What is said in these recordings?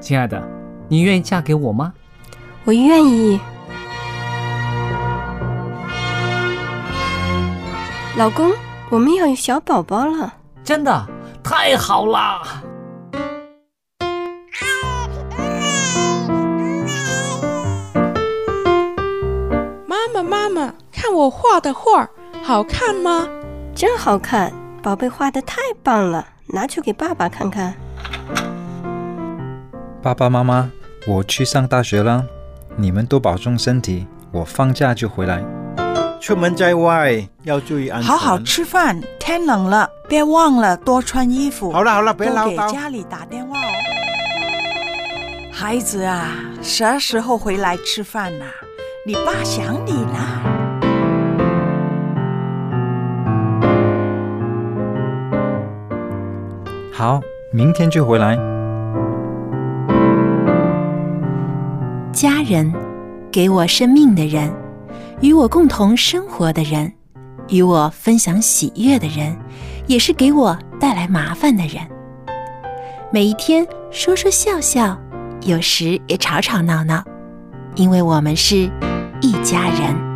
亲爱的，你愿意嫁给我吗？ 我愿意。老公，我们要有小宝宝了。 真的？太好了！ 妈妈，看我画的画，好看吗？ 真好看，宝贝画得太棒了，拿去给爸爸看看。 爸爸妈妈，我去上大学了，你们都保重身体，我放假就回来。 出门在外要注意安全。 好好吃饭，天冷了，别忘了多穿衣服。 好了，别唠叨。 多给家里打电话哦。孩子啊，啥时候回来吃饭啊？你爸想你啦。 好，明天就回来。 家人，给我生命的人，与我共同生活的人，与我分享喜悦的人，也是给我带来麻烦的人。每一天说说笑笑，有时也吵吵闹闹，因为我们是一家人。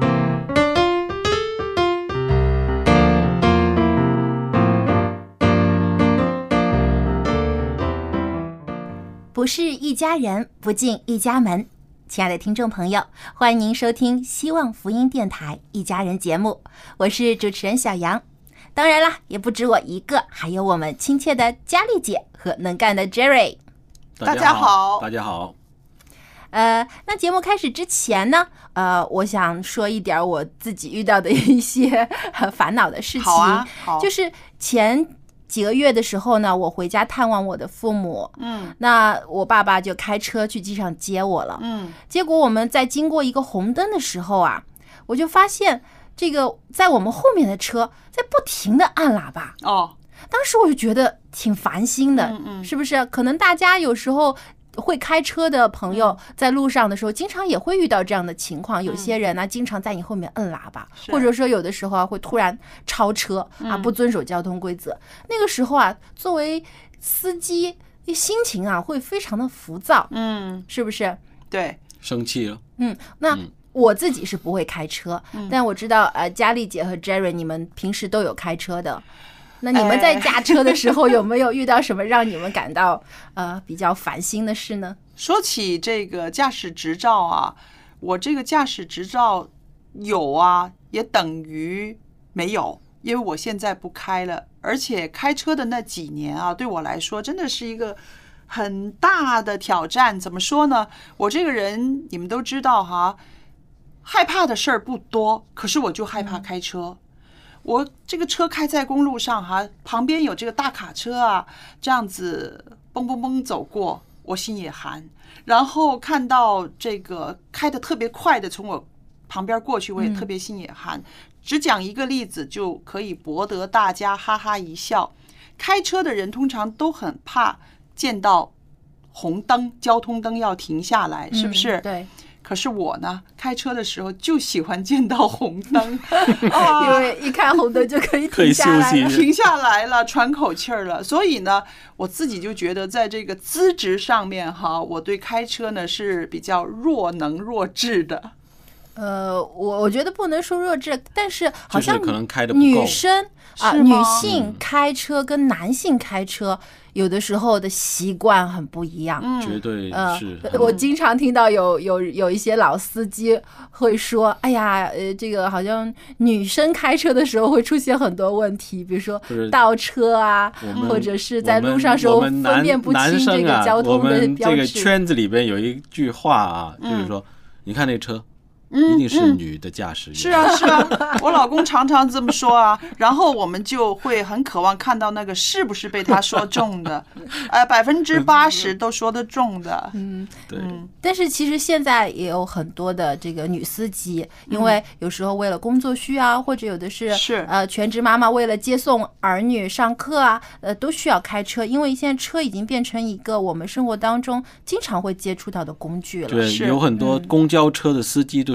不是一家人，不进一家门。亲爱的听众朋友，欢迎您收听希望福音电台一家人节目，我是主持人小杨。当然啦，也不止我一个，还有我们亲切的佳丽姐和能干的 Jerry。 大家好。 大家好。 那节目开始之前呢，我想说一点我自己遇到的一些烦恼的事情。 好， 就是前几个月的时候呢，我回家探望我的父母，那我爸爸就开车去机场接我了，结果我们在经过一个红灯的时候啊，我就发现这个在我们后面的车在不停的按喇叭。当时我就觉得挺烦心的，是不是？可能大家有时候会开车的朋友在路上的时候经常也会遇到这样的情况，有些人呢经常在你后面摁喇叭，或者说有的时候会突然超车不遵守交通规则。那个时候啊，作为司机心情啊会非常的浮躁，是不是？ 对， 生气了。 那我自己是不会开车，但我知道佳丽姐和 Jerry 你们平时都有开车的。那你们在驾车的时候有没有遇到什么让你们感到比较烦心的事呢？ 说起这个驾驶执照啊，我这个驾驶执照有啊，也等于没有，因为我现在不开了。而且开车的那几年啊，对我来说真的是一个很大的挑战。怎么说呢？我这个人你们都知道哈，害怕的事儿不多，可是我就害怕开车。我这个车开在公路上哈，旁边有这个大卡车啊，这样子蹦蹦蹦走过，我心也寒。然后看到这个开得特别快的从我旁边过去，我也特别心也寒。只讲一个例子就可以博得大家哈哈一笑。开车的人通常都很怕见到红灯，交通灯要停下来，是不是？ 对。 可是我呢，开车的时候就喜欢见到红灯， 因为一看红灯就可以停下来了， 停下来了，喘口气儿了。所以呢，我自己就觉得在这个资质上面哈，我对开车呢是比较弱能弱智的。 我觉得不能说弱智，但是好像可能开得不够。 女生女性开车跟男性开车有的时候的习惯很不一样， 绝对是。 我经常听到有一些老司机会说，哎呀，这个好像女生开车的时候会出现很多问题，比如说倒车啊，或者是在路上时候分辨不清这个交通的标志。 我们这个圈子里边有一句话啊，就是说，你看那车。一定是女的驾驶员。 是啊，我老公常常这么说啊，然后我们就会很渴望看到那个是不是被他说中的，80%都说得中的。 对。 但是其实现在也有很多的这个女司机，因为有时候为了工作需要，或者有的是全职妈妈为了接送儿女上课啊，都需要开车，因为现在车已经变成一个我们生活当中经常会接触到的工具了。 对，有很多公交车的司机都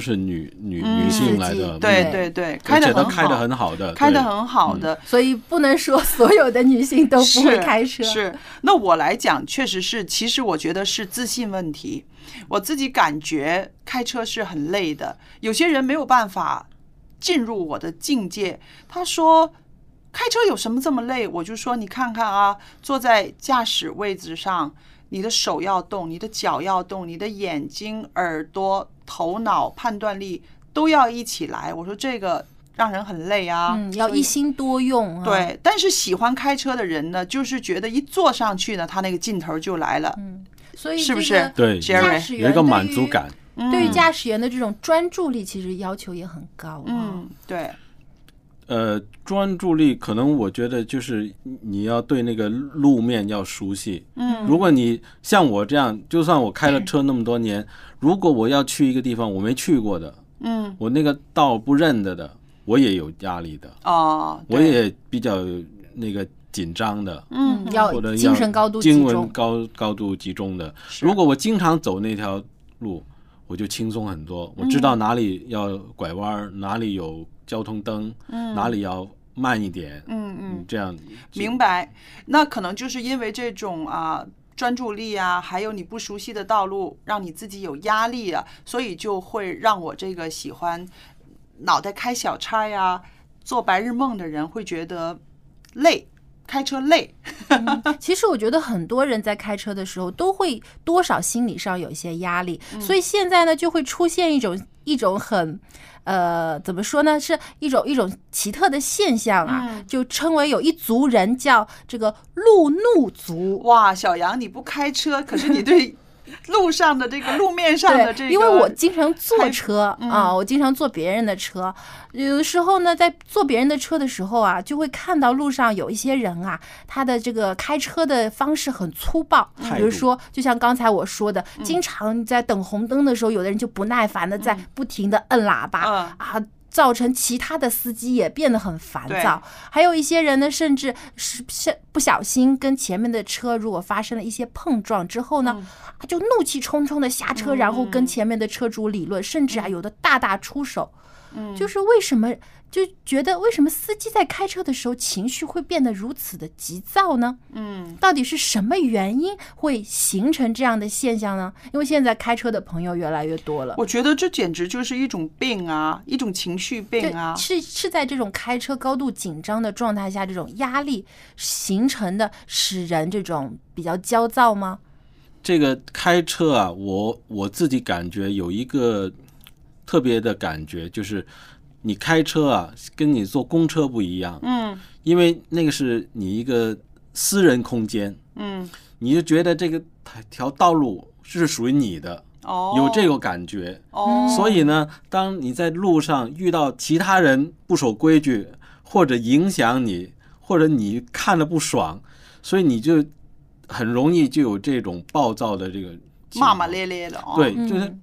是女性来的， 对对对，开得很好的， 开得很好的， 所以不能说所有的女性都不会开车。 是，那我来讲，确实是，其实我觉得是自信问题。我自己感觉开车是很累的，有些人没有办法进入我的境界。他说开车有什么这么累？我就说你看看啊，坐在驾驶位置上，你的手要动，你的脚要动，你的眼睛、耳朵、头脑、判断力都要一起来。我说这个让人很累啊， 要一心多用啊。 对，但是喜欢开车的人呢，就是觉得一坐上去呢，他那个劲头就来了。 所以是不是？ 对，有一个满足感。 对于驾驶员的这种专注力，其实要求也很高。 对。 专注力可能我觉得就是你要对那个路面要熟悉。如果你像我这样，就算我开了车那么多年，如果我要去一个地方我没去过的，我那个道不认得的，我也有压力的。我也比较那个紧张的， 要精神高度集中， 高度集中的。如果我经常走那条路，我就轻松很多。我知道哪里要拐弯，哪里有交通灯，哪里要慢一点。这样明白。那可能就是因为这种专注力啊，还有你不熟悉的道路，让你自己有压力啊，所以就会让我这个喜欢脑袋开小差呀、做白日梦的人会觉得累。开车累。 其实我觉得很多人在开车的时候都会多少心理上有一些压力，所以现在呢就会出现一种很怎么说呢，是一种奇特的现象啊，就称为有一族人叫这个路怒族。 哇，小杨你不开车，可是你对路上的这个路面上的这个， 因为我经常坐车我经常坐别人的车，有的时候呢，在坐别人的车的时候啊，就会看到路上有一些人啊，他的这个开车的方式很粗暴，比如说，就像刚才我说的，经常在等红灯的时候，有的人就不耐烦的在不停的摁喇叭造成其他的司机也变得很烦躁，还有一些人呢，甚至是不小心跟前面的车如果发生了一些碰撞之后呢，就怒气冲冲的下车，然后跟前面的车主理论，甚至有的大出手。就是为什么就觉得为什么司机在开车的时候情绪会变得如此的急躁呢？到底是什么原因会形成这样的现象呢？因为现在开车的朋友越来越多了， 我觉得这简直就是一种病啊，一种情绪病啊。 是在这种开车高度紧张的状态下，这种压力形成的，使人这种比较焦躁吗？ 这个开车啊，我自己感觉有一个特别的感觉，就是你开车啊，跟你坐公车不一样。因为那个是你一个私人空间。你就觉得这个条道路是属于你的。有这个感觉。所以呢，当你在路上遇到其他人不守规矩，或者影响你，或者你看了不爽，所以你就很容易就有这种暴躁的这个骂骂咧咧的。 对，就是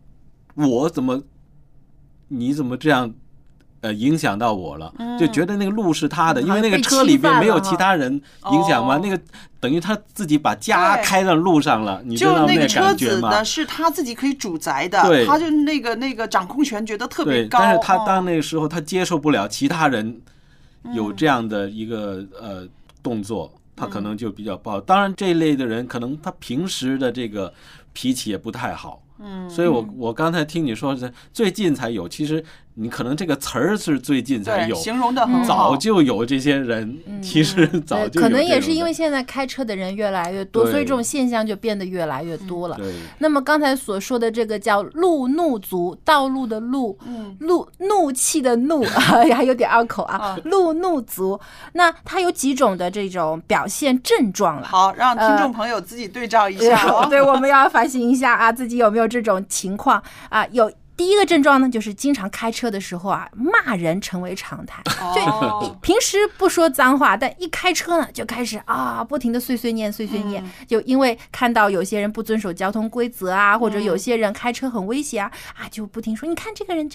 你怎么这样影响到我了，就觉得那个路是他的，因为那个车里边没有其他人影响嘛，那个等于他自己把家开到路上了，你知道那个感觉吗？ 就那个车子呢是他自己可以主宰的，他就那个掌控权觉得特别高。 但是他当那个时候他接受不了其他人有这样的一个动作，他可能就比较暴。当然这一类的人可能他平时的这个脾气也不太好。所以我刚才听你说是最近才有，其实你可能这个词儿是最近才有， 形容的很好，早就有这些人，其实早就有。 可能也是因为现在开车的人越来越多，所以这种现象就变得越来越多了。那么刚才所说的这个叫路怒族，道路的路，怒气的怒，还有点拗口啊，路怒族。那它有几种的这种表现症状了？ 好，让听众朋友自己对照一下。 对，我们要反省一下啊，自己有没有这种情况啊？有。第一个症状呢，就是经常开车的时候啊，骂人成为常态。就平时不说脏话，但一开车呢，就开始不停的碎碎念。就因为看到有些人不遵守交通规则啊，或者有些人开车很危险啊，就不停说，你看这个人这样。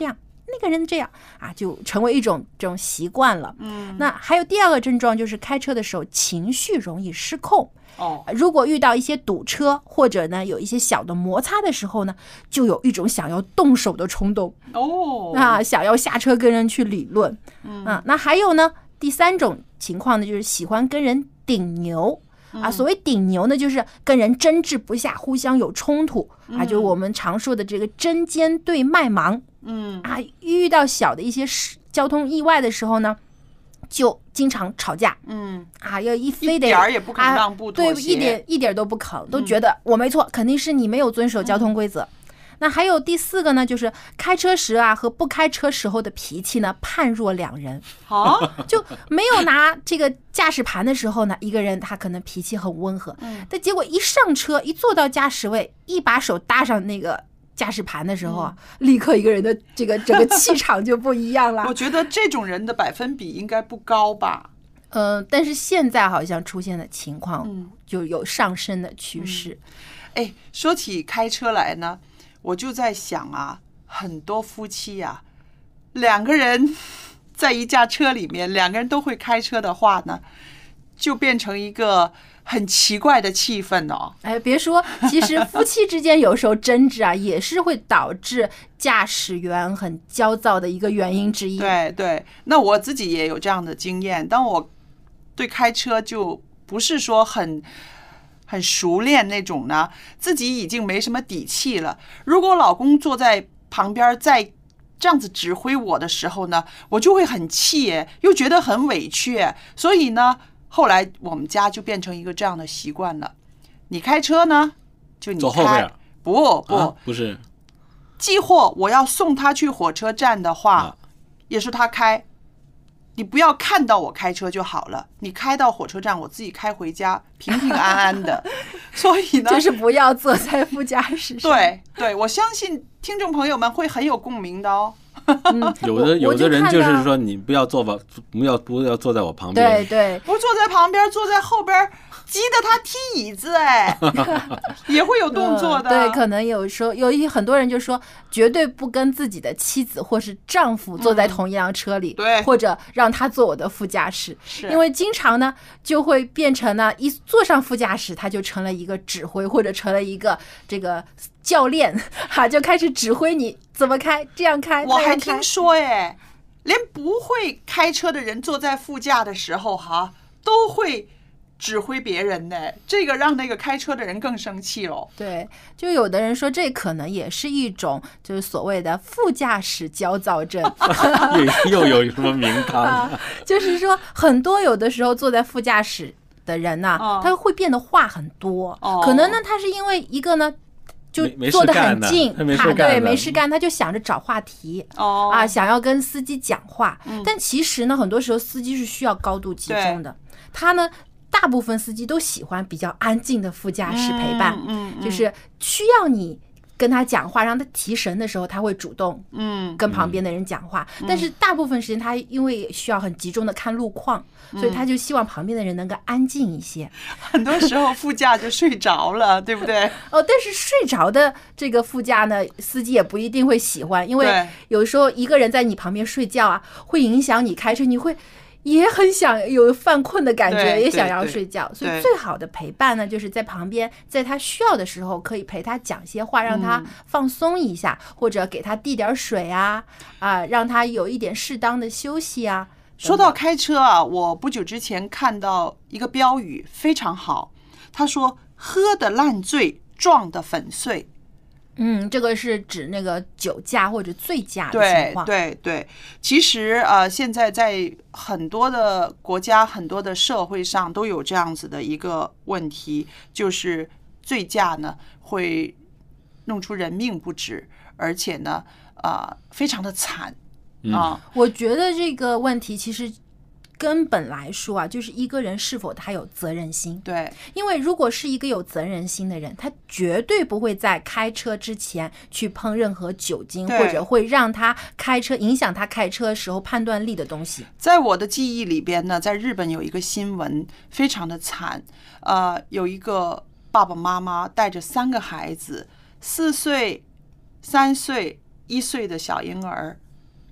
那个人这样啊，就成为这种习惯了。那还有第二个症状就是开车的时候情绪容易失控。如果遇到一些堵车或者呢有一些小的摩擦的时候呢，就有一种想要动手的冲动。想要下车跟人去理论。那还有呢，第三种情况呢，就是喜欢跟人顶牛。所谓顶牛呢，就是跟人争执不下，互相有冲突就是我们常说的这个针尖对麦芒。遇到小的一些交通意外的时候呢，就经常吵架。要非得一点儿也不肯让步妥协， 对，一点都不肯，都觉得我没错，肯定是你没有遵守交通规则。那还有第四个呢，就是开车时和不开车时候的脾气呢判若两人。就没有拿这个驾驶盘的时候呢，一个人他可能脾气很温和，但结果一上车一坐到驾驶位，一把手搭上那个驾驶盘的时候立刻一个人的这个整个气场就不一样了。 我觉得这种人的百分比应该不高吧。 但是现在好像出现的情况就有上升的趋势。 说起开车来呢，我就在想很多夫妻两个人在一架车里面，两个人都会开车的话呢，就变成一个很奇怪的气氛哦。 别说，其实夫妻之间有时候争执也是会导致驾驶员很焦躁的一个原因之一。 对，那我自己也有这样的经验。当我对开车就不是说很熟练那种呢，自己已经没什么底气了。如果老公坐在旁边再这样子指挥我的时候呢，我就会很气又觉得很委屈。所以呢，后来我们家就变成一个这样的习惯了。你开车呢，就你开， 走后边。不是， 寄货我要送他去火车站的话，也是他开。你不要看到我开车就好了，你开到火车站，我自己开回家，平平安安的。所以呢， 就是不要坐在副驾驶上。 对，我相信听众朋友们会很有共鸣的哦。 有的人就是说，你不要坐在我旁边。 对， 不坐在旁边，坐在后边，急得他踢椅子也会有动作的。 对，可能有时候很多人就说，绝对不跟自己的妻子或是丈夫坐在同一辆车里， 对， 或者让他坐我的副驾驶，因为经常呢就会变成呢，一坐上副驾驶，他就成了一个指挥，或者成了一个这个教练就开始指挥你怎么开，这样开。 我还听说连不会开车的人坐在副驾的时候都会指挥别人呢，这个让那个开车的人更生气了。 对，就有的人说这可能也是一种就是所谓的副驾驶焦躁症。 又有什么名堂就是说很多有的时候坐在副驾驶的人他会变得话很多。可能呢他是因为一个呢就坐得很近，没事干，他就想着找话题想要跟司机讲话。但其实呢，很多时候司机是需要高度集中的。他呢，大部分司机都喜欢比较安静的副驾驶陪伴，就是需要你跟他讲话，让他提神的时候，他会主动跟旁边的人讲话。但是大部分时间他因为需要很集中的看路况，所以他就希望旁边的人能够安静一些。 很多时候副驾就睡着了，对不对？ 但是睡着的这个副驾呢，司机也不一定会喜欢，因为有时候一个人在你旁边睡觉会影响你开车，你会也很想有犯困的感觉，也想要睡觉。所以最好的陪伴呢，就是在旁边，在他需要的时候可以陪他讲些话，让他放松一下，或者给他递点水让他有一点适当的休息说到开车我不久之前看到一个标语非常好，他说喝得烂醉，撞得粉碎。 这个是指那个酒驾或者醉驾的情况。 对，其实现在在很多的国家、很多的社会上都有这样子的一个问题，就是醉驾呢会弄出人命不止，而且呢非常的惨我觉得这个问题其实根本来说就是一个人是否他有责任心。 对， 因为如果是一个有责任心的人，他绝对不会在开车之前去碰任何酒精或者会让他开车影响他开车时候判断力的东西。 在我的记忆里边呢，在日本有一个新闻非常的惨，有一个爸爸妈妈带着3个孩子，4岁、3岁、1岁的小婴儿，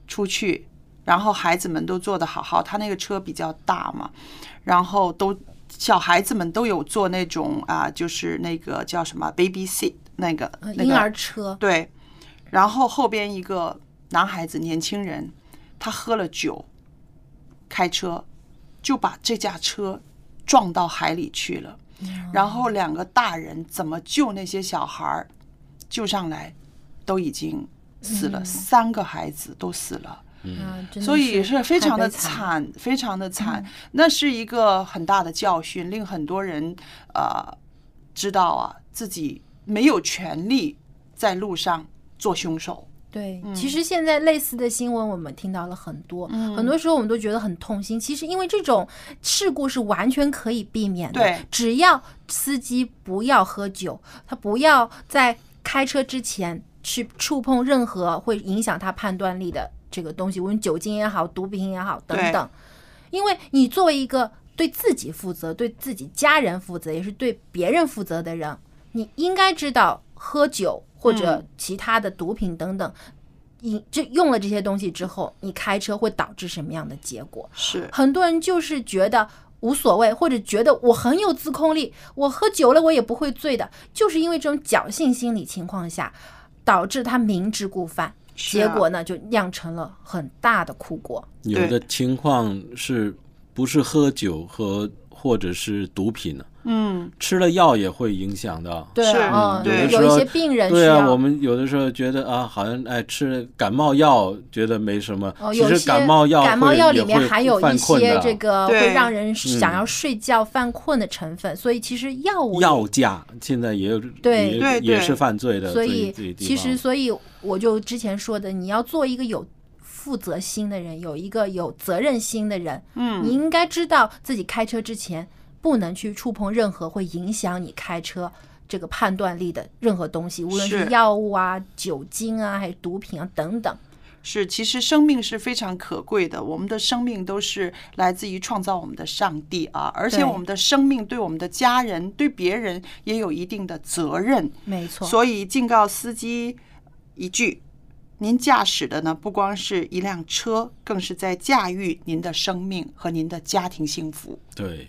出去，然后孩子们都坐得好好，他那个车比较大嘛，然后小孩子们都有坐那种就是那个叫什么 baby seat 那个婴儿车， 对，然后后边一个男孩子年轻人，他喝了酒开车，就把这架车撞到海里去了。然后2个大人怎么救那些小孩，救上来都已经死了，3个孩子都死了。所以是非常的惨，非常的惨。那是一个很大的教训，令很多人知道自己没有权利在路上做凶手。 对，其实现在类似的新闻我们听到了很多，很多时候我们都觉得很痛心。其实因为这种事故是完全可以避免的， 对， 只要司机不要喝酒，他不要在开车之前去触碰任何会影响他判断力的这个东西，无论酒精也好，毒品也好等等。因为你作为一个对自己负责、对自己家人负责，也是对别人负责的人，你应该知道喝酒或者其他的毒品等等，用了这些东西之后，你开车会导致什么样的结果？ 是很多人就是觉得无所谓，或者觉得我很有自控力，我喝酒了我也不会醉的，就是因为这种侥幸心理情况下，导致他明知故犯，结果呢就酿成了很大的苦果。 有的情况是不是喝酒或者是毒品呢？吃了药也会影响的。 对， 对， 有一些病人需要。 对啊，我们有的时候觉得好像吃感冒药觉得没什么，其实感冒药里面含有一些这个会让人想要睡觉犯困的成分，所以其实药价现在也有， 对， 也是犯罪的。 所以其实，所以我就之前说的，你要做一个有负责心的人，有一个有责任心的人，你应该知道自己开车之前不能去触碰任何会影响你开车这个判断力的任何东西，无论是药物酒精还是毒品等等。 是，其实生命是非常可贵的，我们的生命都是来自于创造我们的上帝而且我们的生命对我们的家人、对别人也有一定的责任。 没错。 所以警告司机一句，您驾驶的呢不光是一辆车，更是在驾驭您的生命和您的家庭幸福。 对。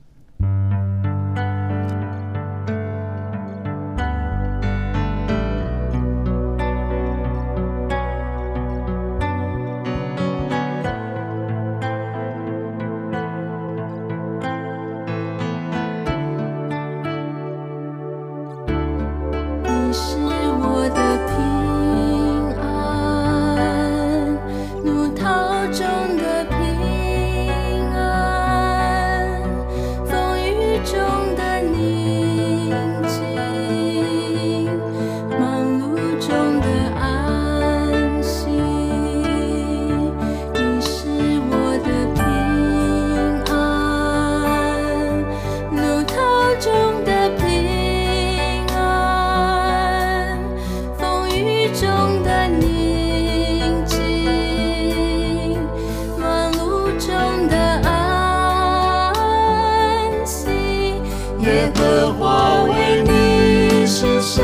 耶和华为你是神，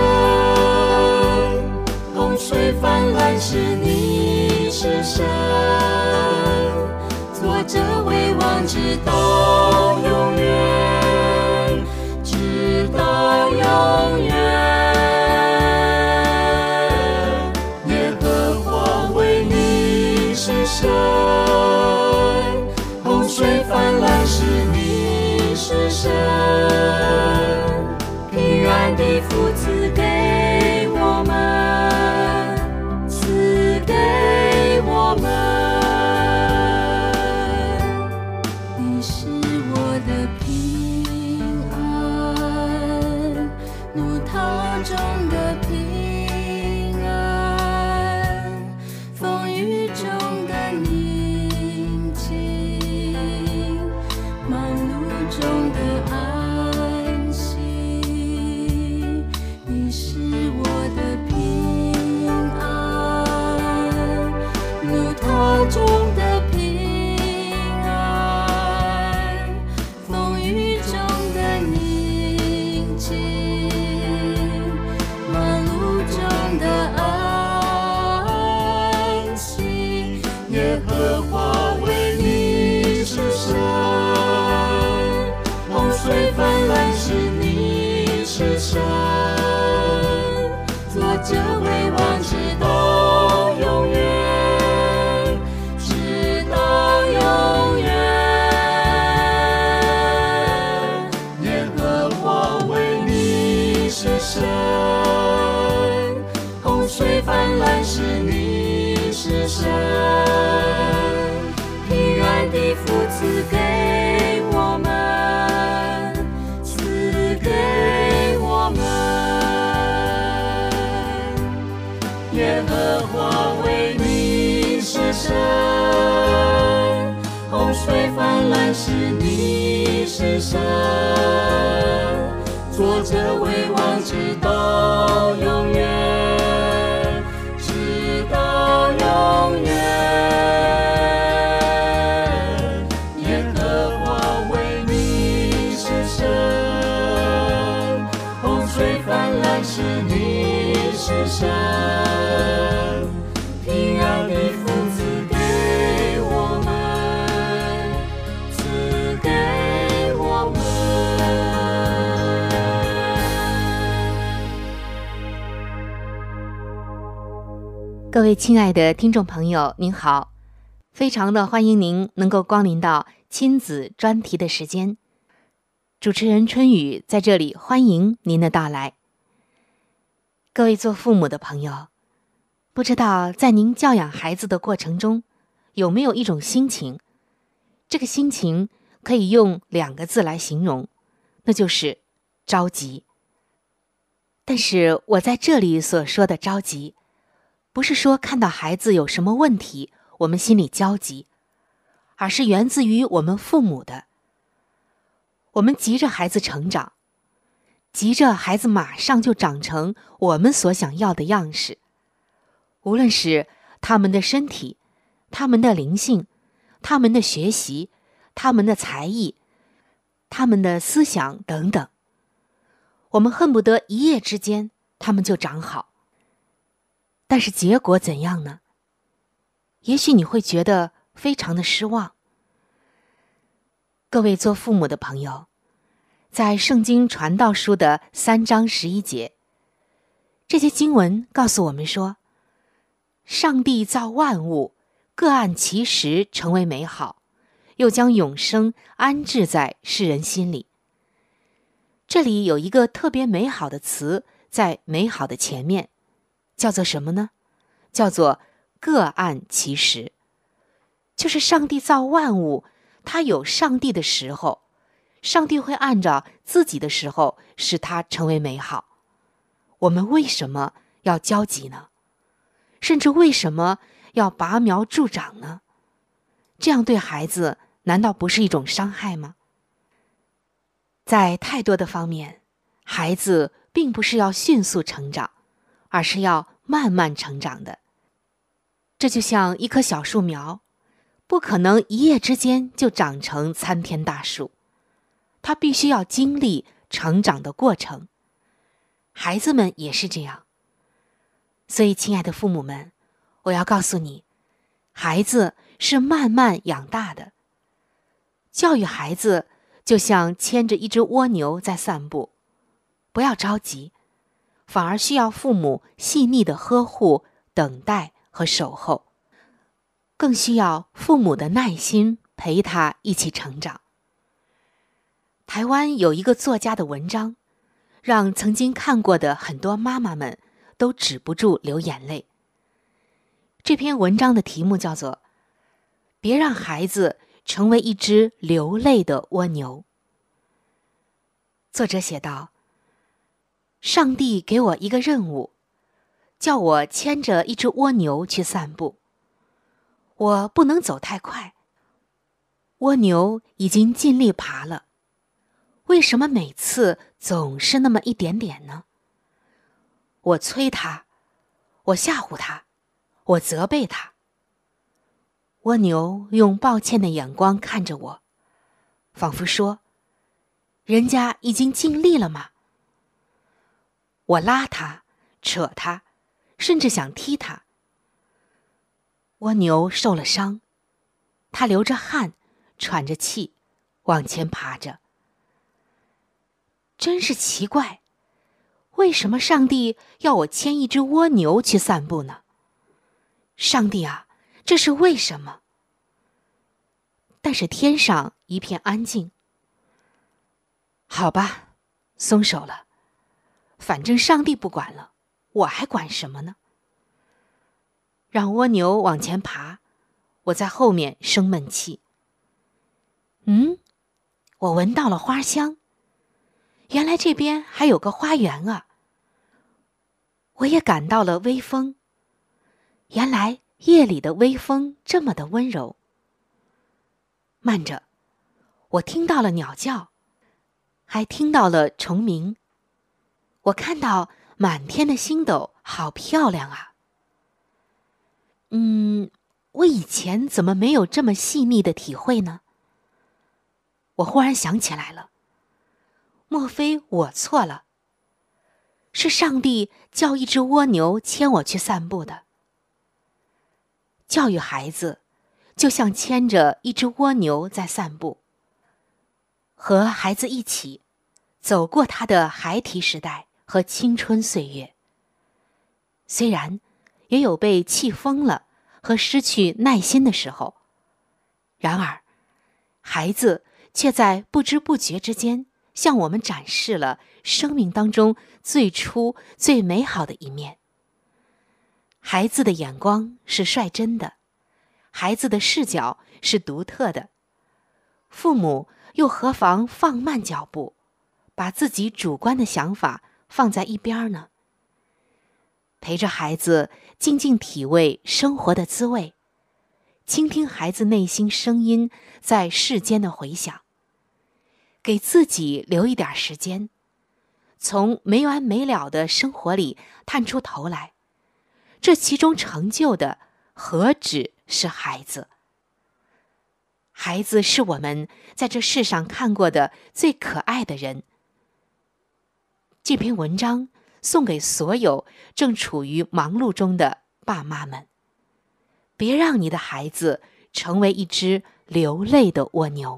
洪水泛滥时你是神，坐着为王直到永远，直到永远。耶和华为你是神，洪水泛滥时你是神，平安的福赐给我们，赐给我们。你是我的平安，怒涛中的平安，风雨中的宁静，忙碌中的安息。你神，做这为王直到永远，直到永远。耶和华为你是神，洪水泛滥时你是神，平安的福赐给我们，赐给我们。耶和华为你是神，洪水泛滥时你是神，坐着为王直到永远，直到永远。耶和华为你是神，洪水泛滥时你是神，平安的福赐给我们，赐给我们。 各位亲爱的听众朋友，您好，非常的欢迎您能够光临到亲子专题的时间。主持人春雨在这里欢迎您的到来。各位做父母的朋友，不知道在您教养孩子的过程中，有没有一种心情，这个心情可以用2个字来形容，那就是着急。但是我在这里所说的着急，不是说看到孩子有什么问题我们心里焦急，而是源自于我们父母的。我们急着孩子成长，急着孩子马上就长成我们所想要的样式，无论是他们的身体、他们的灵性、他们的学习、他们的才艺、他们的思想等等，我们恨不得一夜之间他们就长好。但是结果怎样呢？也许你会觉得非常的失望。各位做父母的朋友，在圣经传道书的3章11节，这些经文告诉我们说，上帝造万物，各按其时成为美好，又将永生安置在世人心里。这里有一个特别美好的词在美好的前面，叫做什么呢？叫做各按其时。就是上帝造万物，他有上帝的时候，上帝会按照自己的时候使它成为美好。我们为什么要焦急呢？甚至为什么要拔苗助长呢？这样对孩子难道不是一种伤害吗？在太多的方面，孩子并不是要迅速成长，而是要慢慢成长的。这就像一棵小树苗，不可能一夜之间就长成参天大树，它必须要经历成长的过程。孩子们也是这样。所以亲爱的父母们，我要告诉你，孩子是慢慢养大的。教育孩子就像牵着一只蜗牛在散步，不要着急，反而需要父母细腻的呵护、等待和守候，更需要父母的耐心陪他一起成长。台湾有一个作家的文章，让曾经看过的很多妈妈们都止不住流眼泪。这篇文章的题目叫做《别让孩子成为一只流泪的蜗牛》。作者写道，上帝给我一个任务，叫我牵着一只蜗牛去散步。我不能走太快，蜗牛已经尽力爬了，为什么每次总是那么一点点呢？我催它，我吓唬它，我责备它。蜗牛用抱歉的眼光看着我，仿佛说，人家已经尽力了吗？我拉它，扯它，甚至想踢它。蜗牛受了伤，它流着汗，喘着气，往前爬着。真是奇怪， 为什么上帝要我牵一只蜗牛去散步呢？上帝啊，这是为什么？但是天上一片安静。好吧，松手了，反正上帝不管了，我还管什么呢？让蜗牛往前爬，我在后面生闷气。我闻到了花香，原来这边还有个花园啊。我也感到了微风，原来夜里的微风这么的温柔。慢着，我听到了鸟叫，还听到了虫鸣。我看到满天的星斗，好漂亮啊。我以前怎么没有这么细腻的体会呢？我忽然想起来了，莫非我错了？是上帝叫一只蜗牛牵我去散步的。教育孩子，就像牵着一只蜗牛在散步，和孩子一起走过他的孩提时代和青春岁月。虽然也有被气疯了和失去耐心的时候，然而孩子却在不知不觉之间向我们展示了生命当中最初最美好的一面。孩子的眼光是率真的，孩子的视角是独特的，父母又何妨放慢脚步，把自己主观的想法放在一边呢？陪着孩子静静体味生活的滋味，倾听孩子内心声音在世间的回响，给自己留一点时间，从没完没了的生活里探出头来，这其中成就的何止是孩子？孩子是我们在这世上看过的最可爱的人。这篇文章送给所有正处于忙碌中的爸妈们，别让你的孩子成为一只流泪的蜗牛。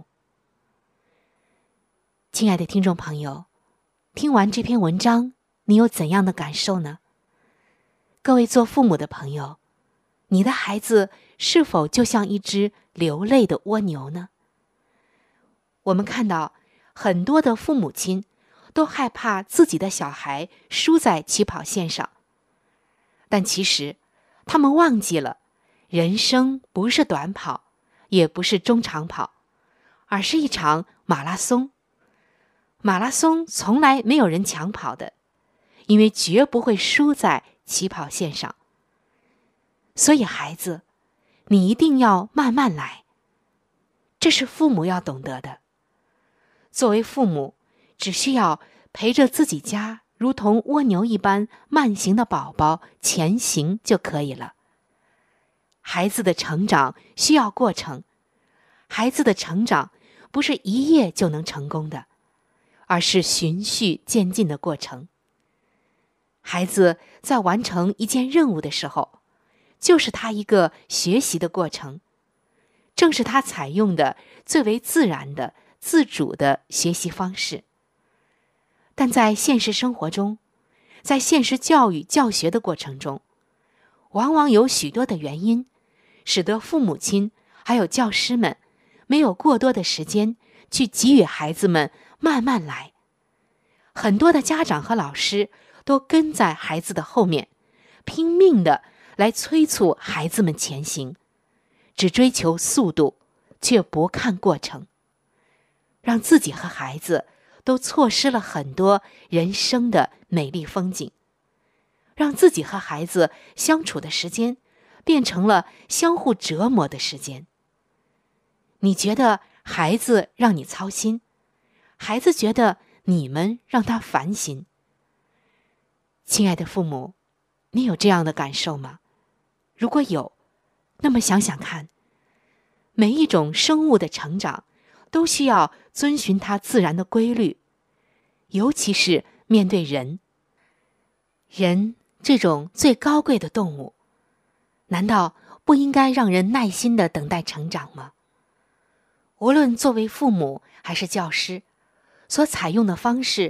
亲爱的听众朋友，听完这篇文章，你有怎样的感受呢？各位做父母的朋友，你的孩子是否就像一只流泪的蜗牛呢？我们看到很多的父母亲都害怕自己的小孩输在起跑线上，但其实他们忘记了，人生不是短跑，也不是中长跑，而是一场马拉松。马拉松从来没有人抢跑的，因为绝不会输在起跑线上。所以孩子，你一定要慢慢来，这是父母要懂得的。作为父母，只需要陪着自己家如同蜗牛一般慢行的宝宝前行就可以了。孩子的成长需要过程，孩子的成长不是一夜就能成功的，而是循序渐进的过程。孩子在完成一件任务的时候，就是他一个学习的过程，正是他采用的最为自然的自主的学习方式。但在现实生活中，在现实教育教学的过程中，往往有许多的原因，使得父母亲还有教师们没有过多的时间去给予孩子们慢慢来。很多的家长和老师都跟在孩子的后面，拼命的来催促孩子们前行，只追求速度，却不看过程，让自己和孩子都错失了很多人生的美丽风景，让自己和孩子相处的时间变成了相互折磨的时间。你觉得孩子让你操心，孩子觉得你们让他烦心。亲爱的父母，你有这样的感受吗？如果有，那么想想看，每一种生物的成长都需要遵循它自然的规律，尤其是面对人。人这种最高贵的动物，难道不应该让人耐心地等待成长吗？无论作为父母还是教师，所采用的方式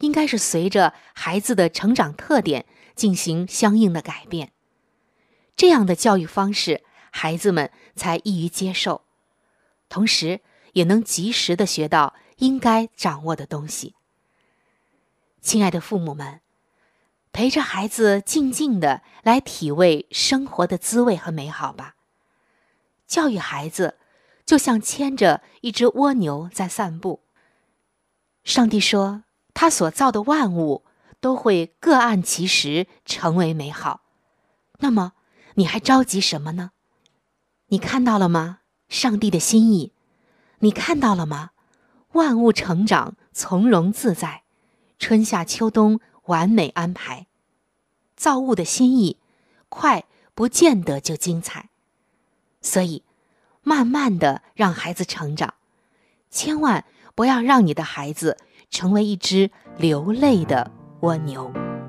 应该是随着孩子的成长特点进行相应的改变。这样的教育方式，孩子们才易于接受，同时也能及时地学到应该掌握的东西。亲爱的父母们，陪着孩子静静地来体味生活的滋味和美好吧。教育孩子就像牵着一只蜗牛在散步。上帝说，他所造的万物都会各按其时成为美好。那么你还着急什么呢？你看到了吗？上帝的心意。你看到了吗？万物成长从容自在，春夏秋冬完美安排。造物的心意快不见得就精彩，所以慢慢地让孩子成长，千万不要让你的孩子成为一只流泪的蜗牛。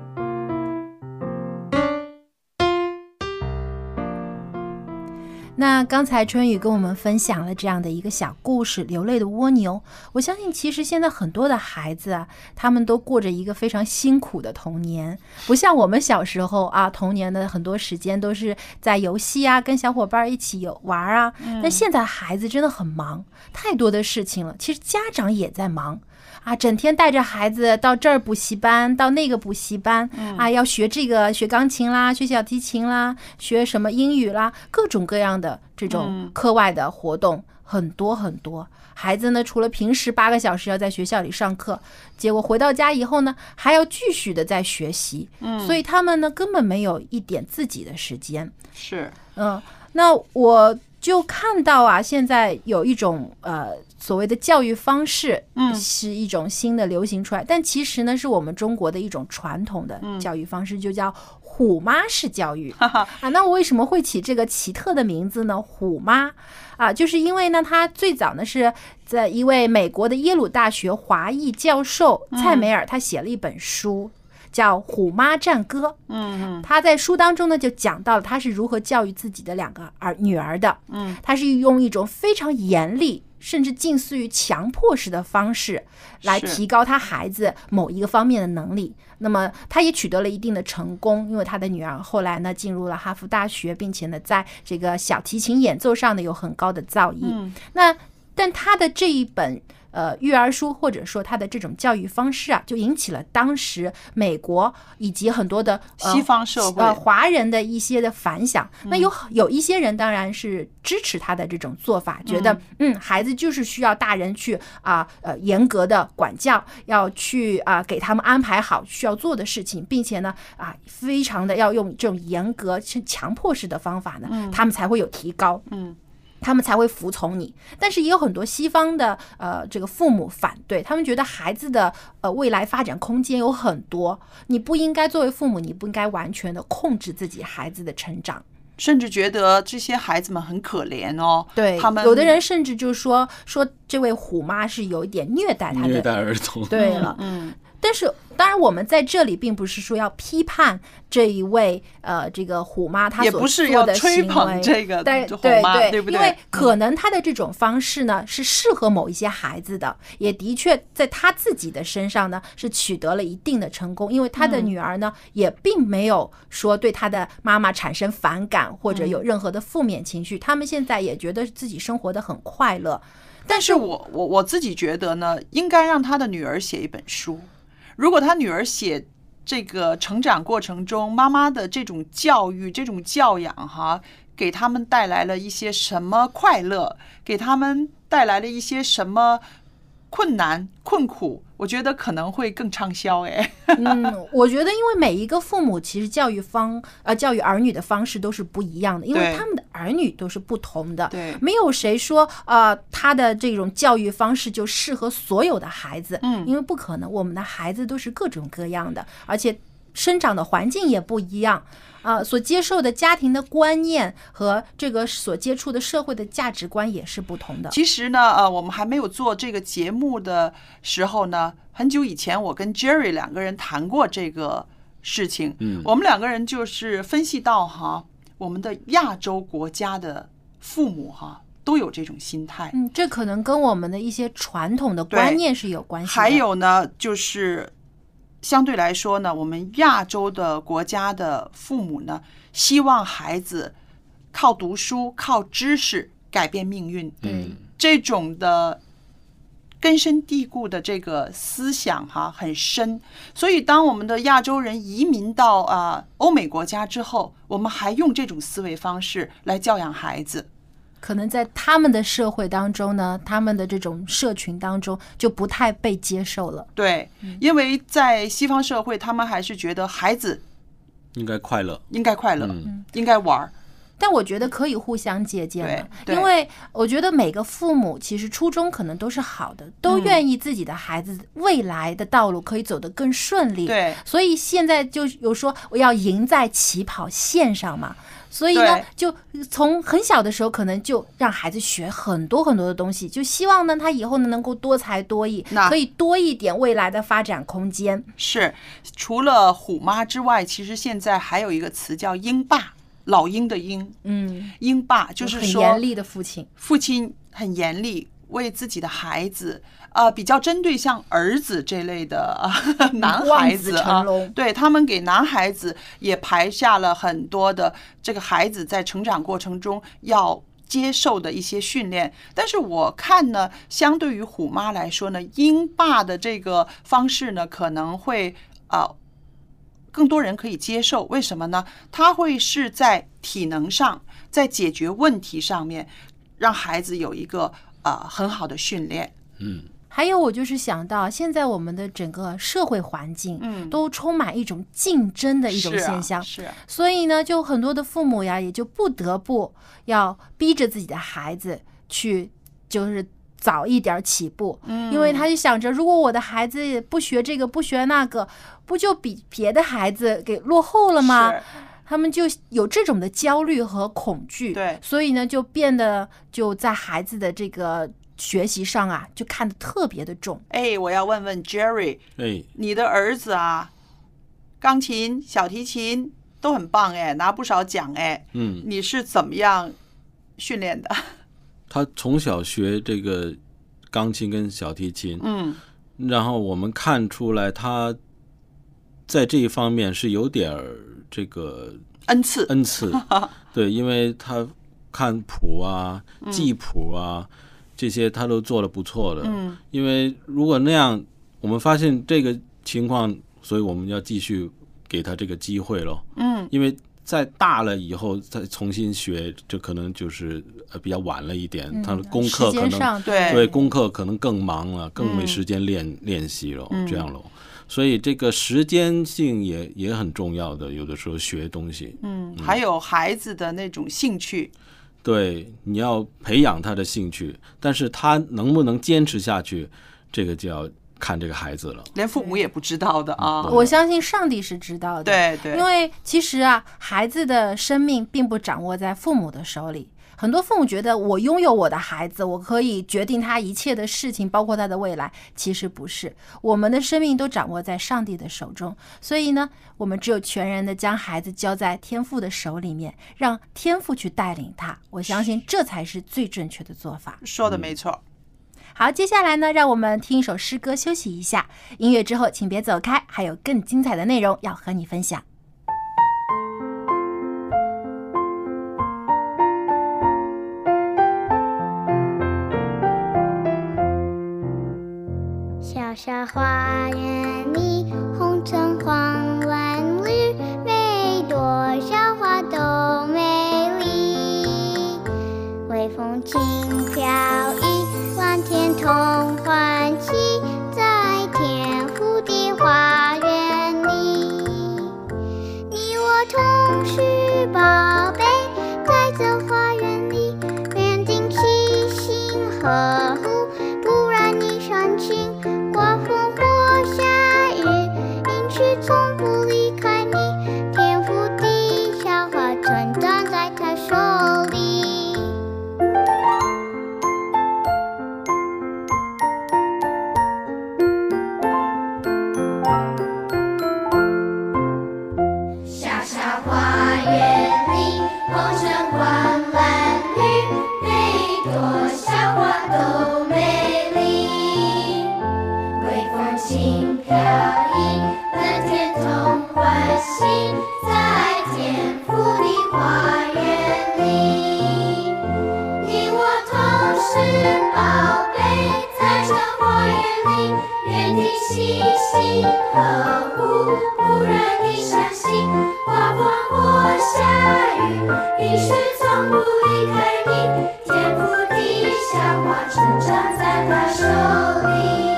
那刚才春雨跟我们分享了这样的一个小故事，流泪的蜗牛。我相信其实现在很多的孩子啊，他们都过着一个非常辛苦的童年，不像我们小时候啊，童年的很多时间都是在游戏啊，跟小伙伴一起玩啊。但现在孩子真的很忙，太多的事情了，其实家长也在忙啊，整天带着孩子到这儿补习班，到那个补习班啊，要学这个，学钢琴啦，学小提琴啦，学什么英语啦，各种各样的这种课外的活动很多很多。孩子呢，除了平时8个小时要在学校里上课，结果回到家以后呢，还要继续的在学习，所以他们呢根本没有一点自己的时间。 是， 那我就看到啊，现在有一种所谓的教育方式，是一种新的流行出来，但其实呢是我们中国的一种传统的教育方式，就叫虎妈式教育啊。那我为什么会起这个奇特的名字呢？虎妈啊，就是因为呢，它最早呢是在一位美国的耶鲁大学华裔教授蔡梅尔，他写了一本书，叫《虎妈战歌》。他在书当中呢就讲到了他是如何教育自己的2个女儿的。他是用一种非常严厉甚至近似于强迫式的方式来提高他孩子某一个方面的能力。那么他也取得了一定的成功，因为他的女儿后来呢进入了哈佛大学，并且呢在这个小提琴演奏上呢有很高的造诣。但他的这一本育儿书，或者说他的这种教育方式啊，就引起了当时美国以及很多的西方社会华人的一些的反响。那有一些人当然是支持他的这种做法，觉得孩子就是需要大人去严格的管教，要去给他们安排好需要做的事情，并且呢非常的要用这种严格强迫式的方法呢，他们才会有提高。他们才会服从你。但是也有很多西方的这个父母反对，他们觉得孩子的未来发展空间有很多，你不应该作为父母，你不应该完全的控制自己孩子的成长， 甚至觉得这些孩子们很可怜哦。 对， 他们有的人甚至就说这位虎妈是有一点虐待他的， 虐待儿童。 对了，但是当然我们在这里并不是说要批判这一位这个虎妈她所做的行为， 也不是要吹捧这个虎妈，对不对？ 因为可能她的这种方式呢是适合某一些孩子的，也的确在她自己的身上呢是取得了一定的成功，因为她的女儿呢也并没有说对她的妈妈产生反感或者有任何的负面情绪，他们现在也觉得自己生活得很快乐。 但是我自己觉得呢，应该让他的女儿写一本书。如果他女儿写这个成长过程中妈妈的这种教育、这种教养给他们带来了一些什么快乐，给他们带来了一些什么困难困苦，我觉得可能会更畅销。 我觉得因为每一个父母其实教育儿女的方式都是不一样的，因为他们的儿女都是不同的， 对， 没有谁说他的这种教育方式就适合所有的孩子，因为不可能，我们的孩子都是各种各样的，而且生长的环境也不一样。所接受的家庭的观念和这个所接触的社会的价值观也是不同的。 其实呢，我们还没有做这个节目的时候呢，很久以前我跟 Jerry 2个人谈过这个事情。我们2个人就是分析到我们的亚洲国家的父母都有这种心态。 这可能跟我们的一些传统的观念是有关系的。 还有呢，就是相对来说呢，我们亚洲的国家的父母呢，希望孩子靠读书、靠知识改变命运。这种的根深蒂固的这个思想很深。所以当我们的亚洲人移民到欧美国家之后，我们还用这种思维方式来教养孩子。 可能在他们的社会当中呢，他们的这种社群当中就不太被接受了。 对，因为在西方社会，他们还是觉得孩子应该快乐， 应该玩。 但我觉得可以互相借鉴嘛，因为我觉得每个父母其实初衷可能都是好的，都愿意自己的孩子未来的道路可以走得更顺利。 对， 所以现在就有说我要赢在起跑线上嘛。所以呢，就从很小的时候，可能就让孩子学很多很多的东西，就希望呢，他以后呢能够多才多艺，可以多一点未来的发展空间。 是，除了虎妈之外，其实现在还有一个词叫鹰爸，老鹰的鹰，鹰爸就是说很严厉的父亲， 父亲很严厉，为自己的孩子。比较针对像儿子这类的男孩子对他们给男孩子也排下了很多的这个孩子在成长过程中要接受的一些训练。但是我看呢，相对于虎妈来说呢，鹰爸的这个方式呢，可能会更多人可以接受。为什么呢？他会是在体能上，在解决问题上面，让孩子有一个很好的训练。 还有我就是想到现在我们的整个社会环境都充满一种竞争的一种现象，所以呢就很多的父母呀也就不得不要逼着自己的孩子去就是早一点起步，因为他就想着如果我的孩子不学这个不学那个，不就比别的孩子给落后了吗？他们就有这种的焦虑和恐惧， 对， 所以呢就变得就在孩子的这个学习上就看得特别的重。 我要问问 Jerry， 你的儿子钢琴、小提琴都很棒拿不少奖你是怎么样训练的？ 他从小学这个钢琴跟小提琴，然后我们看出来他在这一方面是有点这个恩赐， 对，因为他看谱记谱这些他都做得不错的。因为如果那样，我们发现这个情况，所以我们要继续给他这个机会咯。因为在大了以后再重新学，这可能就是比较晚了一点。他的功课可能对功课可能更忙了，更没时间练习了，这样咯。所以这个时间性也很重要的，有的时候学东西。 还有孩子的那种兴趣。 对，你要培养他的兴趣，但是他能不能坚持下去，这个就要看这个孩子了。 连父母也不知道的我相信上帝是知道的。 对， 因为其实孩子的生命并不掌握在父母的手里。很多父母觉得我拥有我的孩子，我可以决定他一切的事情，包括他的未来。其实不是，我们的生命都掌握在上帝的手中。所以呢，我们只有全然的将孩子交在天父的手里面，让天父去带领他。我相信这才是最正确的做法。 说的没错。 好，接下来呢，让我们听一首诗歌休息一下。音乐之后请别走开，还有更精彩的内容要和你分享。 小小花园里，红橙黄蓝绿，每朵小花都美丽。微风轻飘逸，蓝天同欢喜，在天父的花园里。你我同是宝贝，在这花园里，面定齐心呵护，不然你伤心。刮风或下和湖，不然你伤心。刮风或下雨，雨水从不离开你。天赋的小花成长在他手里。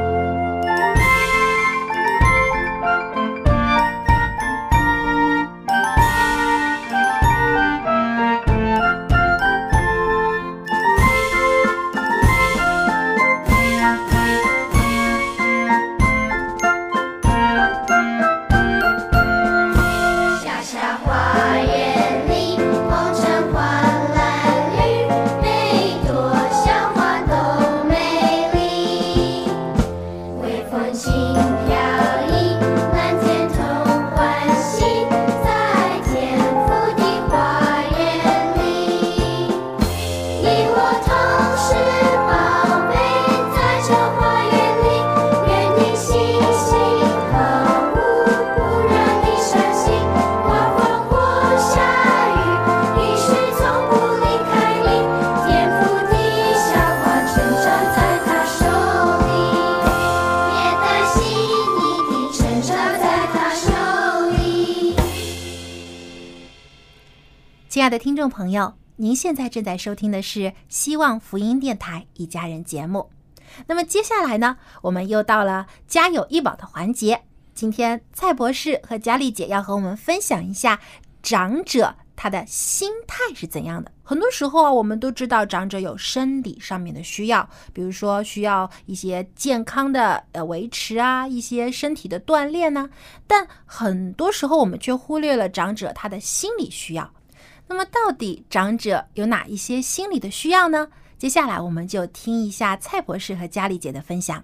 亲爱的听众朋友，您现在正在收听的是希望福音电台一家人节目。那么接下来呢，我们又到了家有一宝的环节。今天蔡博士和佳丽姐要和我们分享一下长者他的心态是怎样的。很多时候啊，我们都知道长者有生理上面的需要，比如说需要一些健康的维持啊，一些身体的锻炼呢，但很多时候我们却忽略了长者他的心理需要。那么到底长者有哪一些心理的需要呢？接下来我们就听一下蔡博士和佳丽姐的分享。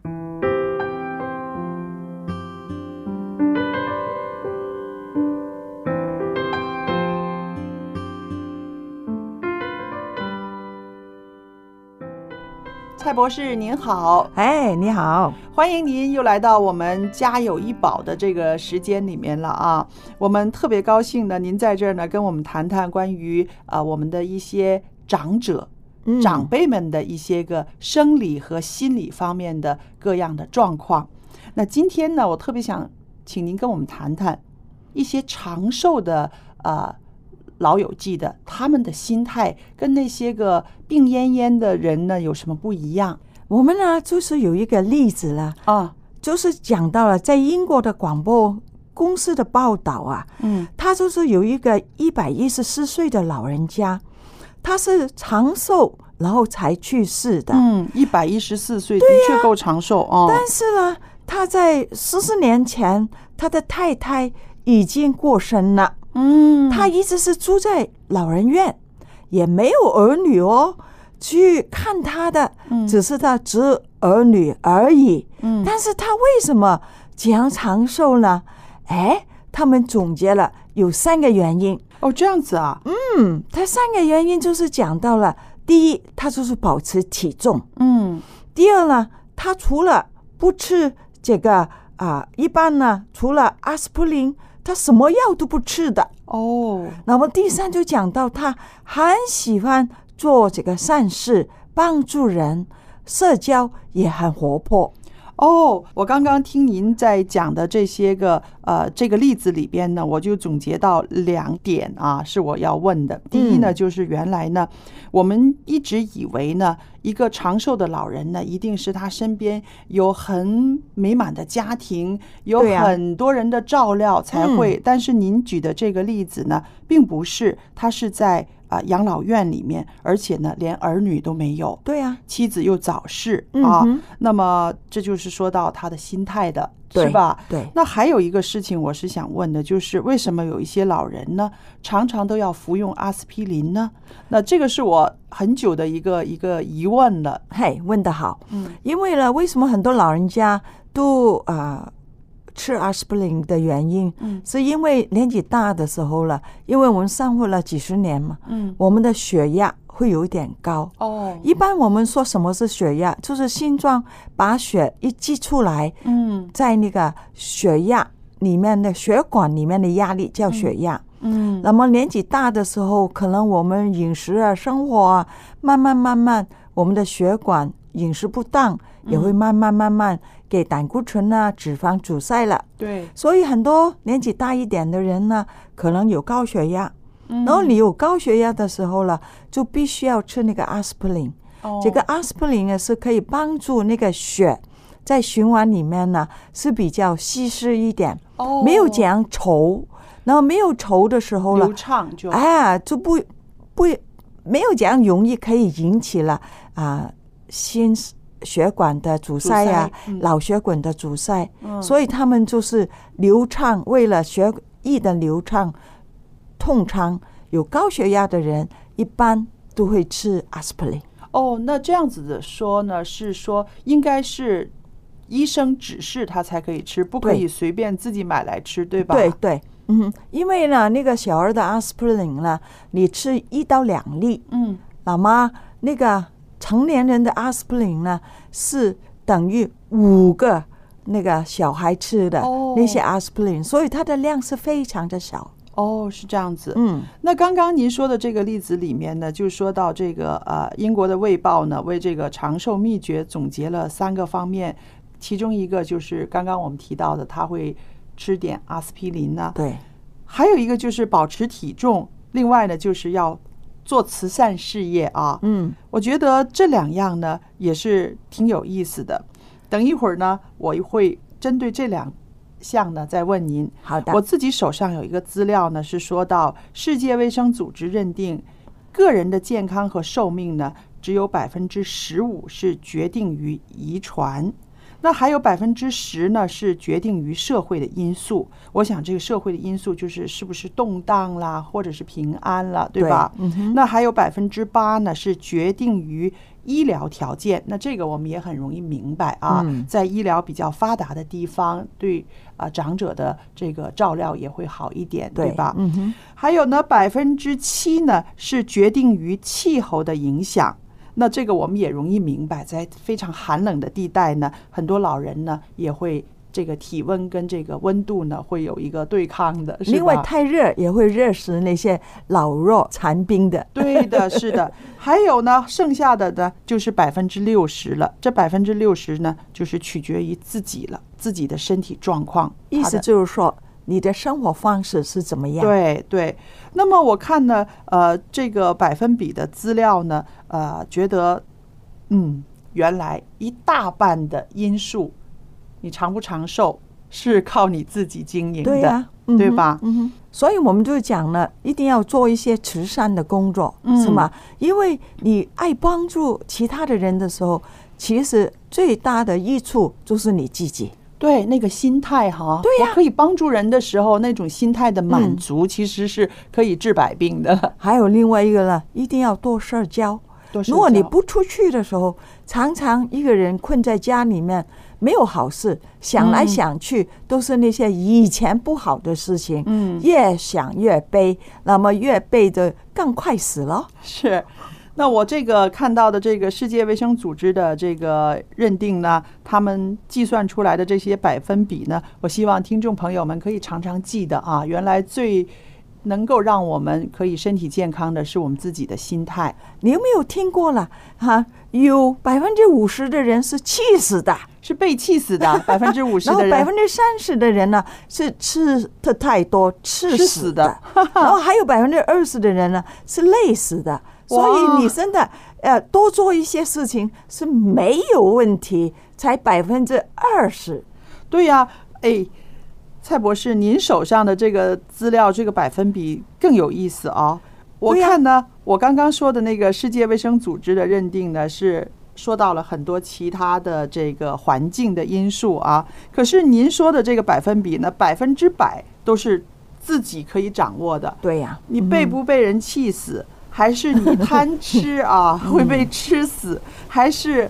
蔡博士您好。 哎，你好， 欢迎您又来到我们家有一宝的这个时间里面了啊！我们特别高兴呢，您在这儿呢跟我们谈谈关于我们的一些长者、长辈们的一些个生理和心理方面的各样的状况。那今天呢，我特别想请您跟我们谈谈一些长寿的老友记的他们的心态跟那些个病恹恹的人呢有什么不一样？ 我们呢就是有一个例子了啊，就是讲到了在英国的广播公司的报道啊，他就是有一个114岁的老人家，他是长寿然后才去世的 ，114岁的确够长寿哦。 但是呢，他在14年前，他的太太已经过身了。他一直是住在老人院，也没有儿女哦，去看他的只是他侄儿女而已。但是他为什么这样长寿呢？他们总结了有3个原因。 哦，这样子啊？ 他3个原因就是讲到了，第一，他就是保持体重。第二呢，他除了不吃这个一般呢，除了阿司匹林，他什么药都不吃的哦。 那么第3就讲到他很喜欢做这个善事，帮助人，社交也很活泼。 哦，我刚刚听您在讲的这些个这个例子里边呢，我就总结到2点啊，是我要问的。第一呢，就是原来呢，我们一直以为呢，一个长寿的老人呢，一定是他身边有很美满的家庭，有很多人的照料才会。但是您举的这个例子呢，并不是，他是在养老院里面，而且呢连儿女都没有， 对啊， 妻子又早逝那么这就是说到他的心态的，是吧？ 对。 那还有一个事情我是想问的，就是为什么有一些老人呢常常都要服用阿司匹林呢？那这个是我很久的一个疑问了。 嘿，问得好。因为呢，为什么很多老人家都吃阿司匹林的原因，是因为年纪大的时候了，因为我们生活了几十年嘛，我们的血压会有一点高。一般我们说什么是血压，就是心脏把血一挤出来，在那个血压里面的血管里面的压力叫血压。那么年纪大的时候，可能我们饮食啊、生活啊，慢慢我们的血管饮食不当，也会慢慢给胆固醇啊、脂肪阻塞了。 对， 所以很多年纪大一点的人呢，可能有高血压。然后你有高血压的时候了，就必须要吃那个阿司匹林。这个阿司匹林呢，是可以帮助那个血在循环里面呢是比较稀释一点，没有这样稠。然后没有稠的时候了， 流畅就就不没有这样容易可以引起了心血管的阻塞呀、脑血管的阻塞。所以他们就是流畅，为了血液的流畅。通常有高血压的人一般都会吃阿司匹林。 那这样子的说呢，是说应该是医生指示他才可以吃，不可以随便自己买来吃，对吧？ 对，因为呢，那个小儿的阿司匹林呢，你吃1到2粒，那么那个成年人的阿司匹林呢，是等于5个那个小孩吃的那些阿司匹林，所以它的量是非常的小。 是这样子。那刚刚您说的这个例子里面呢，就说到这个英国的《卫报》呢，为这个长寿秘诀总结了3个方面，其中一个就是刚刚我们提到的，他会吃点阿司匹林呢。 对， 还有一个就是保持体重，另外呢就是要做慈善事业啊。我觉得这2样呢也是挺有意思的。等一会儿呢，我会针对这2项呢再问您。 好的。 我自己手上有一个资料呢，是说到世界卫生组织认定，个人的健康和寿命呢，只有15%是决定于遗传。那还有10%呢是决定于社会的因素。我想这个社会的因素就是是不是动荡啦，或者是平安啦，对吧？那还有8%呢是决定于医疗条件。那这个我们也很容易明白啊，在医疗比较发达的地方，对长者的这个照料也会好一点，对吧？还有呢7%呢是决定于气候的影响。那这个我们也容易明白，在非常寒冷的地带呢，很多老人呢也会这个体温跟这个温度呢会有一个对抗的，是吧？ 另外太热也会热死那些老弱残兵的。 对的，是的。还有呢，剩下的呢就是60%了。这60%呢，就是取决于自己了，自己的身体状况。 意思就是说，你的生活方式是怎么样？ 对。那么我看呢，这个百分比的资料呢，觉得，原来一大半的因素，你长不长寿是靠你自己经营的， 对呀， 对吧？ 所以我们就讲了，一定要做一些慈善的工作，是吗？因为你爱帮助其他的人的时候，其实最大的益处就是你自己。 对，那个心态哈， 对呀， 我可以帮助人的时候，那种心态的满足，其实是可以治百病的。 还有另外一个呢，一定要多社交。如果你不出去的时候，常常一个人困在家里面，没有好事，想来想去都是那些以前不好的事情，越想越悲，那么越悲的更快死了。 是。那我这个看到的这个世界卫生组织的这个认定呢，他们计算出来的这些百分比呢，我希望听众朋友们可以常常记得啊，原来最能够让我们可以身体健康的是我们自己的心态。 你有没有听过了有50%的人是气死的， 是被气死的，50%的人， 然后30%的人呢是吃的太多吃死的，然后还有20%的人呢是累死的。所以你真的多做一些事情是没有问题，才20%。 对呀，蔡博士，您手上的这个资料，这个百分比更有意思啊！我看呢，我刚刚说的那个世界卫生组织的认定呢，是说到了很多其他的这个环境的因素啊。可是您说的这个百分比呢，100%都是自己可以掌握的。 对呀， 你被不被人气死？还是你贪吃啊会被吃死，还是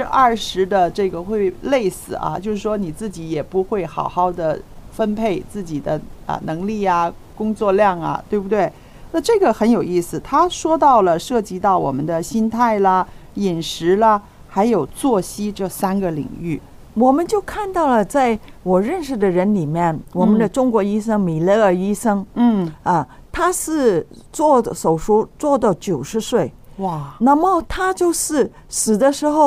20%的这个会累死啊？就是说你自己也不会好好的分配自己的能力啊、工作量啊，对不对？那这个很有意思，他说到了涉及到我们的心态啦、饮食啦，还有作息这3个领域。 我们就看到了，在我认识的人里面，我们的中国医生米勒尔医生，他是做手术做到90岁， 哇！ 那么他就是死的时候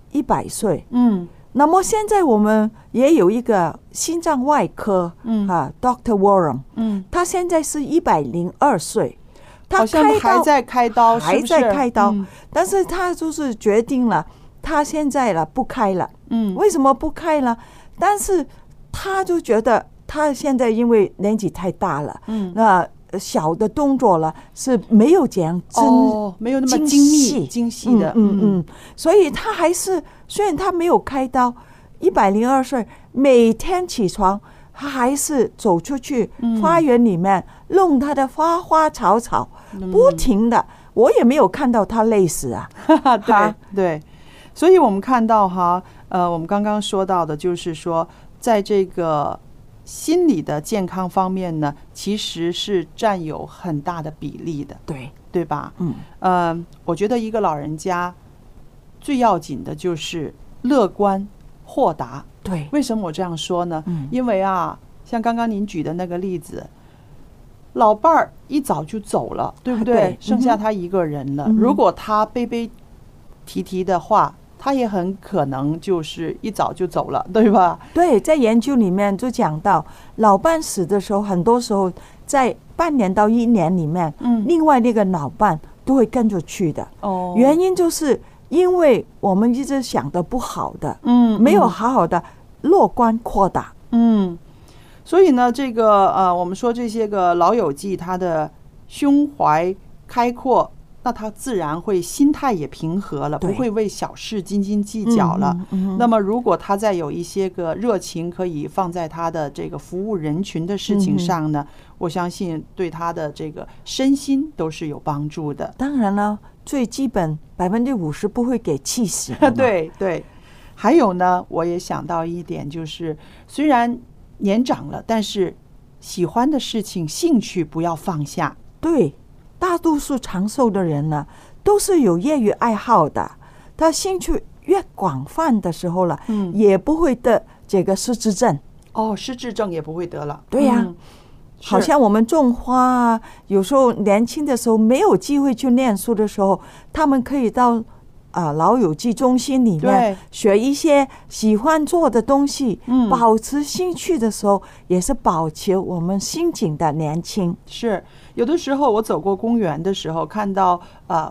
100岁。那么现在我们也有一个心脏外科，Dr. Warren，他现在是102岁，他好像还在开刀， 还在开刀，但是他就是决定了，他现在不开了。为什么不开了？但是他就觉得他现在因为年纪太大了，那小的动作了是没有这样没有那么精细的， 所以他还是虽然他没有开刀，102岁，每天起床他还是走出去花园里面弄他的花花草草，不停的，我也没有看到他累死啊。 对，所以我们看到我们刚刚说到的就是说，在这个心理的健康方面呢，其实是占有很大的比例的，对吧？我觉得一个老人家最要紧的就是乐观豁达。 对， 为什么我这样说呢？因为像刚刚您举的那个例子，老伴儿一早就走了，对不对？剩下他一个人了。如果他悲悲啼啼的话，他也很可能就是一早就走了，对吧？ 对，在研究里面就讲到，老伴死的时候，很多时候在半年到1年里面，另外那个老伴都会跟着去的。原因就是因为我们一直想的不好的，没有好好的乐观扩大。 所以呢，这个我们说这些个老友记，他的胸怀开阔，那他自然会心态也平和了，不会为小事斤斤计较了。那么如果他再有一些个热情可以放在他的这个服务人群的事情上呢，我相信对他的这个身心都是有帮助的。 当然了，最基本50%不会给气死。 对。还有呢，我也想到一点，就是虽然年长了，但是喜欢的事情兴趣不要放下。 对，大多数长寿的人呢，都是有业余爱好的，他兴趣越广泛的时候了，也不会得这个失智症。 失智症也不会得了。 对呀，好像我们种花有时候年轻的时候没有机会去念书的时候，他们可以到老友记中心里面学一些喜欢做的东西，保持兴趣的时候也是保持我们心境的年轻。 是，有的时候我走过公园的时候，看到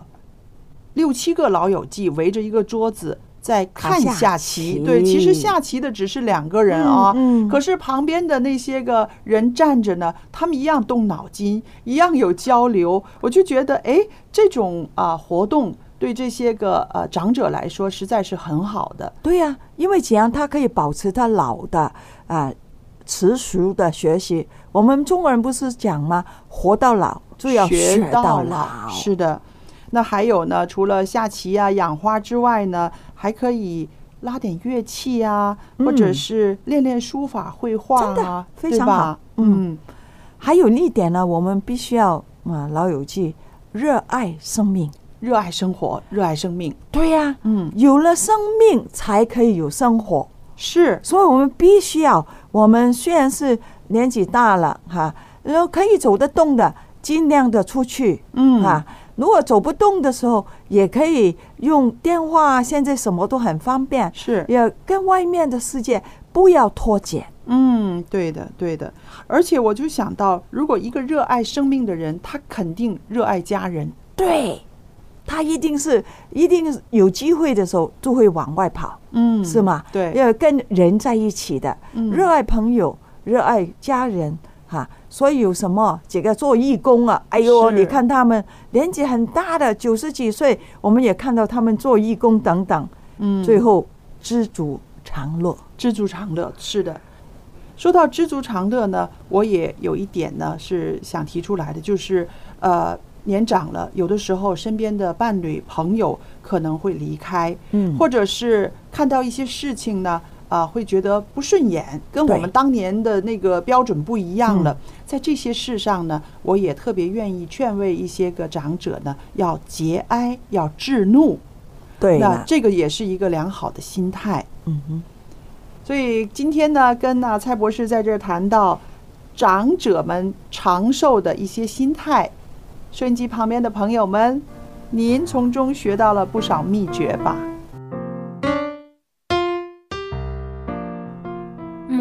6、7个老友记围着一个桌子在看下棋。对，其实下棋的只是2个人可是旁边的那些个人站着呢，他们一样动脑筋，一样有交流。我就觉得这种活动对这些个长者来说实在是很好的。 对呀，因为这样他可以保持他老的持续的学习。我们中国人不是讲吗？活到老就要学到老。 是的。那还有呢，除了下棋养花之外呢，还可以拉点乐器或者是练练书法绘画真的非常好。还有一点呢，我们必须要老友记热爱生命， 热爱生活，热爱生命。 对呀，有了生命才可以有生活。 是， 所以我们必须要，我们虽然是年纪大了然后可以走得动的，尽量的出去。如果走不动的时候，也可以用电话，现在什么都很方便。 是， 也跟外面的世界不要脱节。 对的。而且我就想到，如果一个热爱生命的人，他肯定热爱家人。 对，他一定有机会的时候就会往外跑。是吗？ 对， 要跟人在一起的，热爱朋友，热爱家人。所以有什么这个做义工你看他们年纪很大的90几岁，我们也看到他们做义工等等，最后知足常乐。 知足常乐，是的。说到知足常乐呢，我也有一点呢是想提出来的，就是年长了，有的时候身边的伴侣朋友可能会离开，或者是看到一些事情呢会觉得不顺眼，跟我们当年的那个标准不一样了。在这些事上呢，我也特别愿意劝慰一些个长者呢，要节哀，要制怒。 对， 那这个也是一个良好的心态。所以今天呢，跟蔡博士在这儿谈到长者们长寿的一些心态，收音机旁边的朋友们，您从中学到了不少秘诀吧？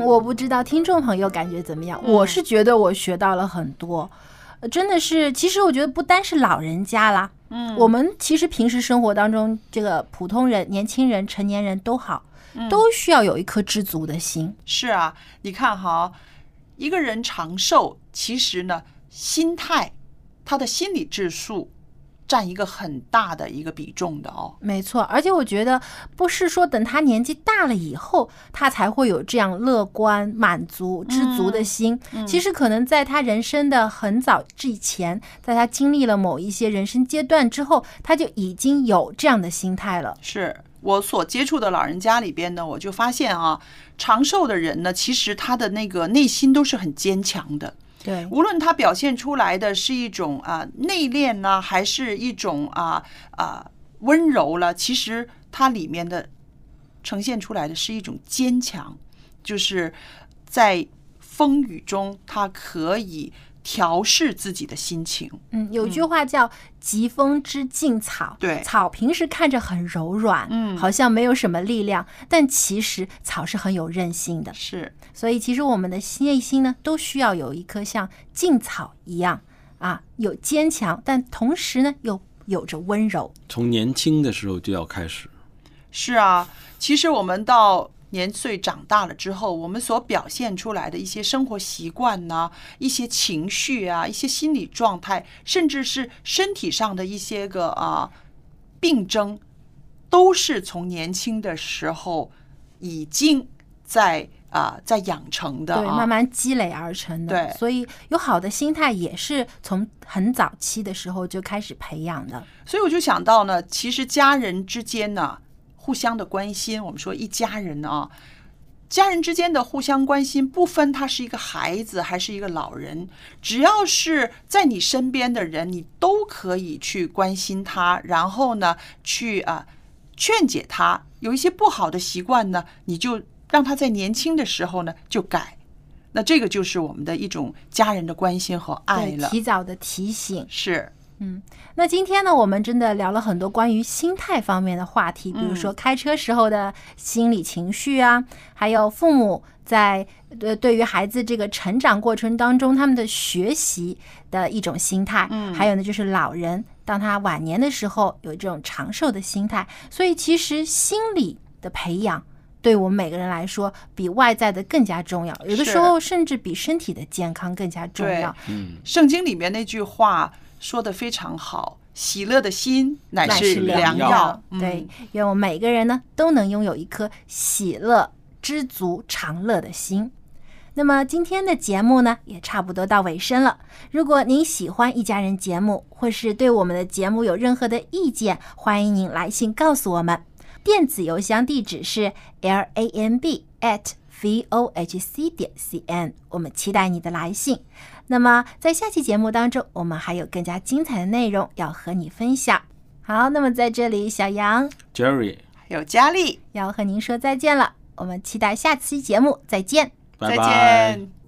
我不知道听众朋友感觉怎么样，我是觉得我学到了很多，真的是，其实我觉得不单是老人家啦，我们其实平时生活当中，这个普通人、年轻人、成年人都好，都需要有一颗知足的心。 是啊，你看哈，一个人长寿，其实呢，心态，他的心理质素占一个很大的一个比重的哦。 没错，而且我觉得不是说等他年纪大了以后，他才会有这样乐观、满足、知足的心。其实可能在他人生的很早之前，在他经历了某一些人生阶段之后，他就已经有这样的心态了。 是我所接触的老人家里边呢，我就发现啊，长寿的人呢，其实他的那个内心都是很坚强的。 对， 无论他表现出来的是一种内敛呢，还是一种温柔了，其实它里面的呈现出来的是一种坚强，就是在风雨中他可以调试自己的心情。 有句话叫疾风知劲草， 对， 草平时看着很柔软，好像没有什么力量，但其实草是很有韧性的。 是， 所以其实我们的内心呢，都需要有一颗像劲草一样有坚强，但同时呢又有着温柔。 从年轻的时候就要开始。 是啊，其实我们到年岁长大了之后，我们所表现出来的一些生活习惯呢，一些情绪啊，一些心理状态，甚至是身体上的一些个病症，都是从年轻的时候已经在养成的， 对，慢慢积累而成的。 对， 所以有好的心态也是从很早期的时候就开始培养的。 所以我就想到呢，其实家人之间呢，互相的关心，我们说一家人啊，家人之间的互相关心，不分他是一个孩子还是一个老人，只要是在你身边的人，你都可以去关心他，然后呢，去劝解他。有一些不好的习惯呢，你就让他在年轻的时候呢就改。那这个就是我们的一种家人的关心和爱了， 提早的提醒。 是。 那今天呢，我们真的聊了很多关于心态方面的话题，比如说开车时候的心理情绪啊，还有父母在对于孩子这个成长过程当中他们的学习的一种心态，还有呢就是老人当他晚年的时候有这种长寿的心态。所以其实心理的培养对我们每个人来说比外在的更加重要，有的时候甚至比身体的健康更加重要。 圣经里面那句话说得非常好，喜乐的心乃是良药。 对，愿我们每个人呢都能拥有一颗喜乐、知足、常乐的心。那么今天的节目呢也差不多到尾声了。如果您喜欢一家人节目，或是对我们的节目有任何的意见，欢迎您来信告诉我们。电子邮箱地址是 lamb@vohc.cn， 我们期待你的来信。那么在下期节目当中，我们还有更加精彩的内容要和你分享。好，那么在这里，小杨、 Jerry 还有佳丽要和您说再见了。我们期待下期节目再见。 拜拜。 再见。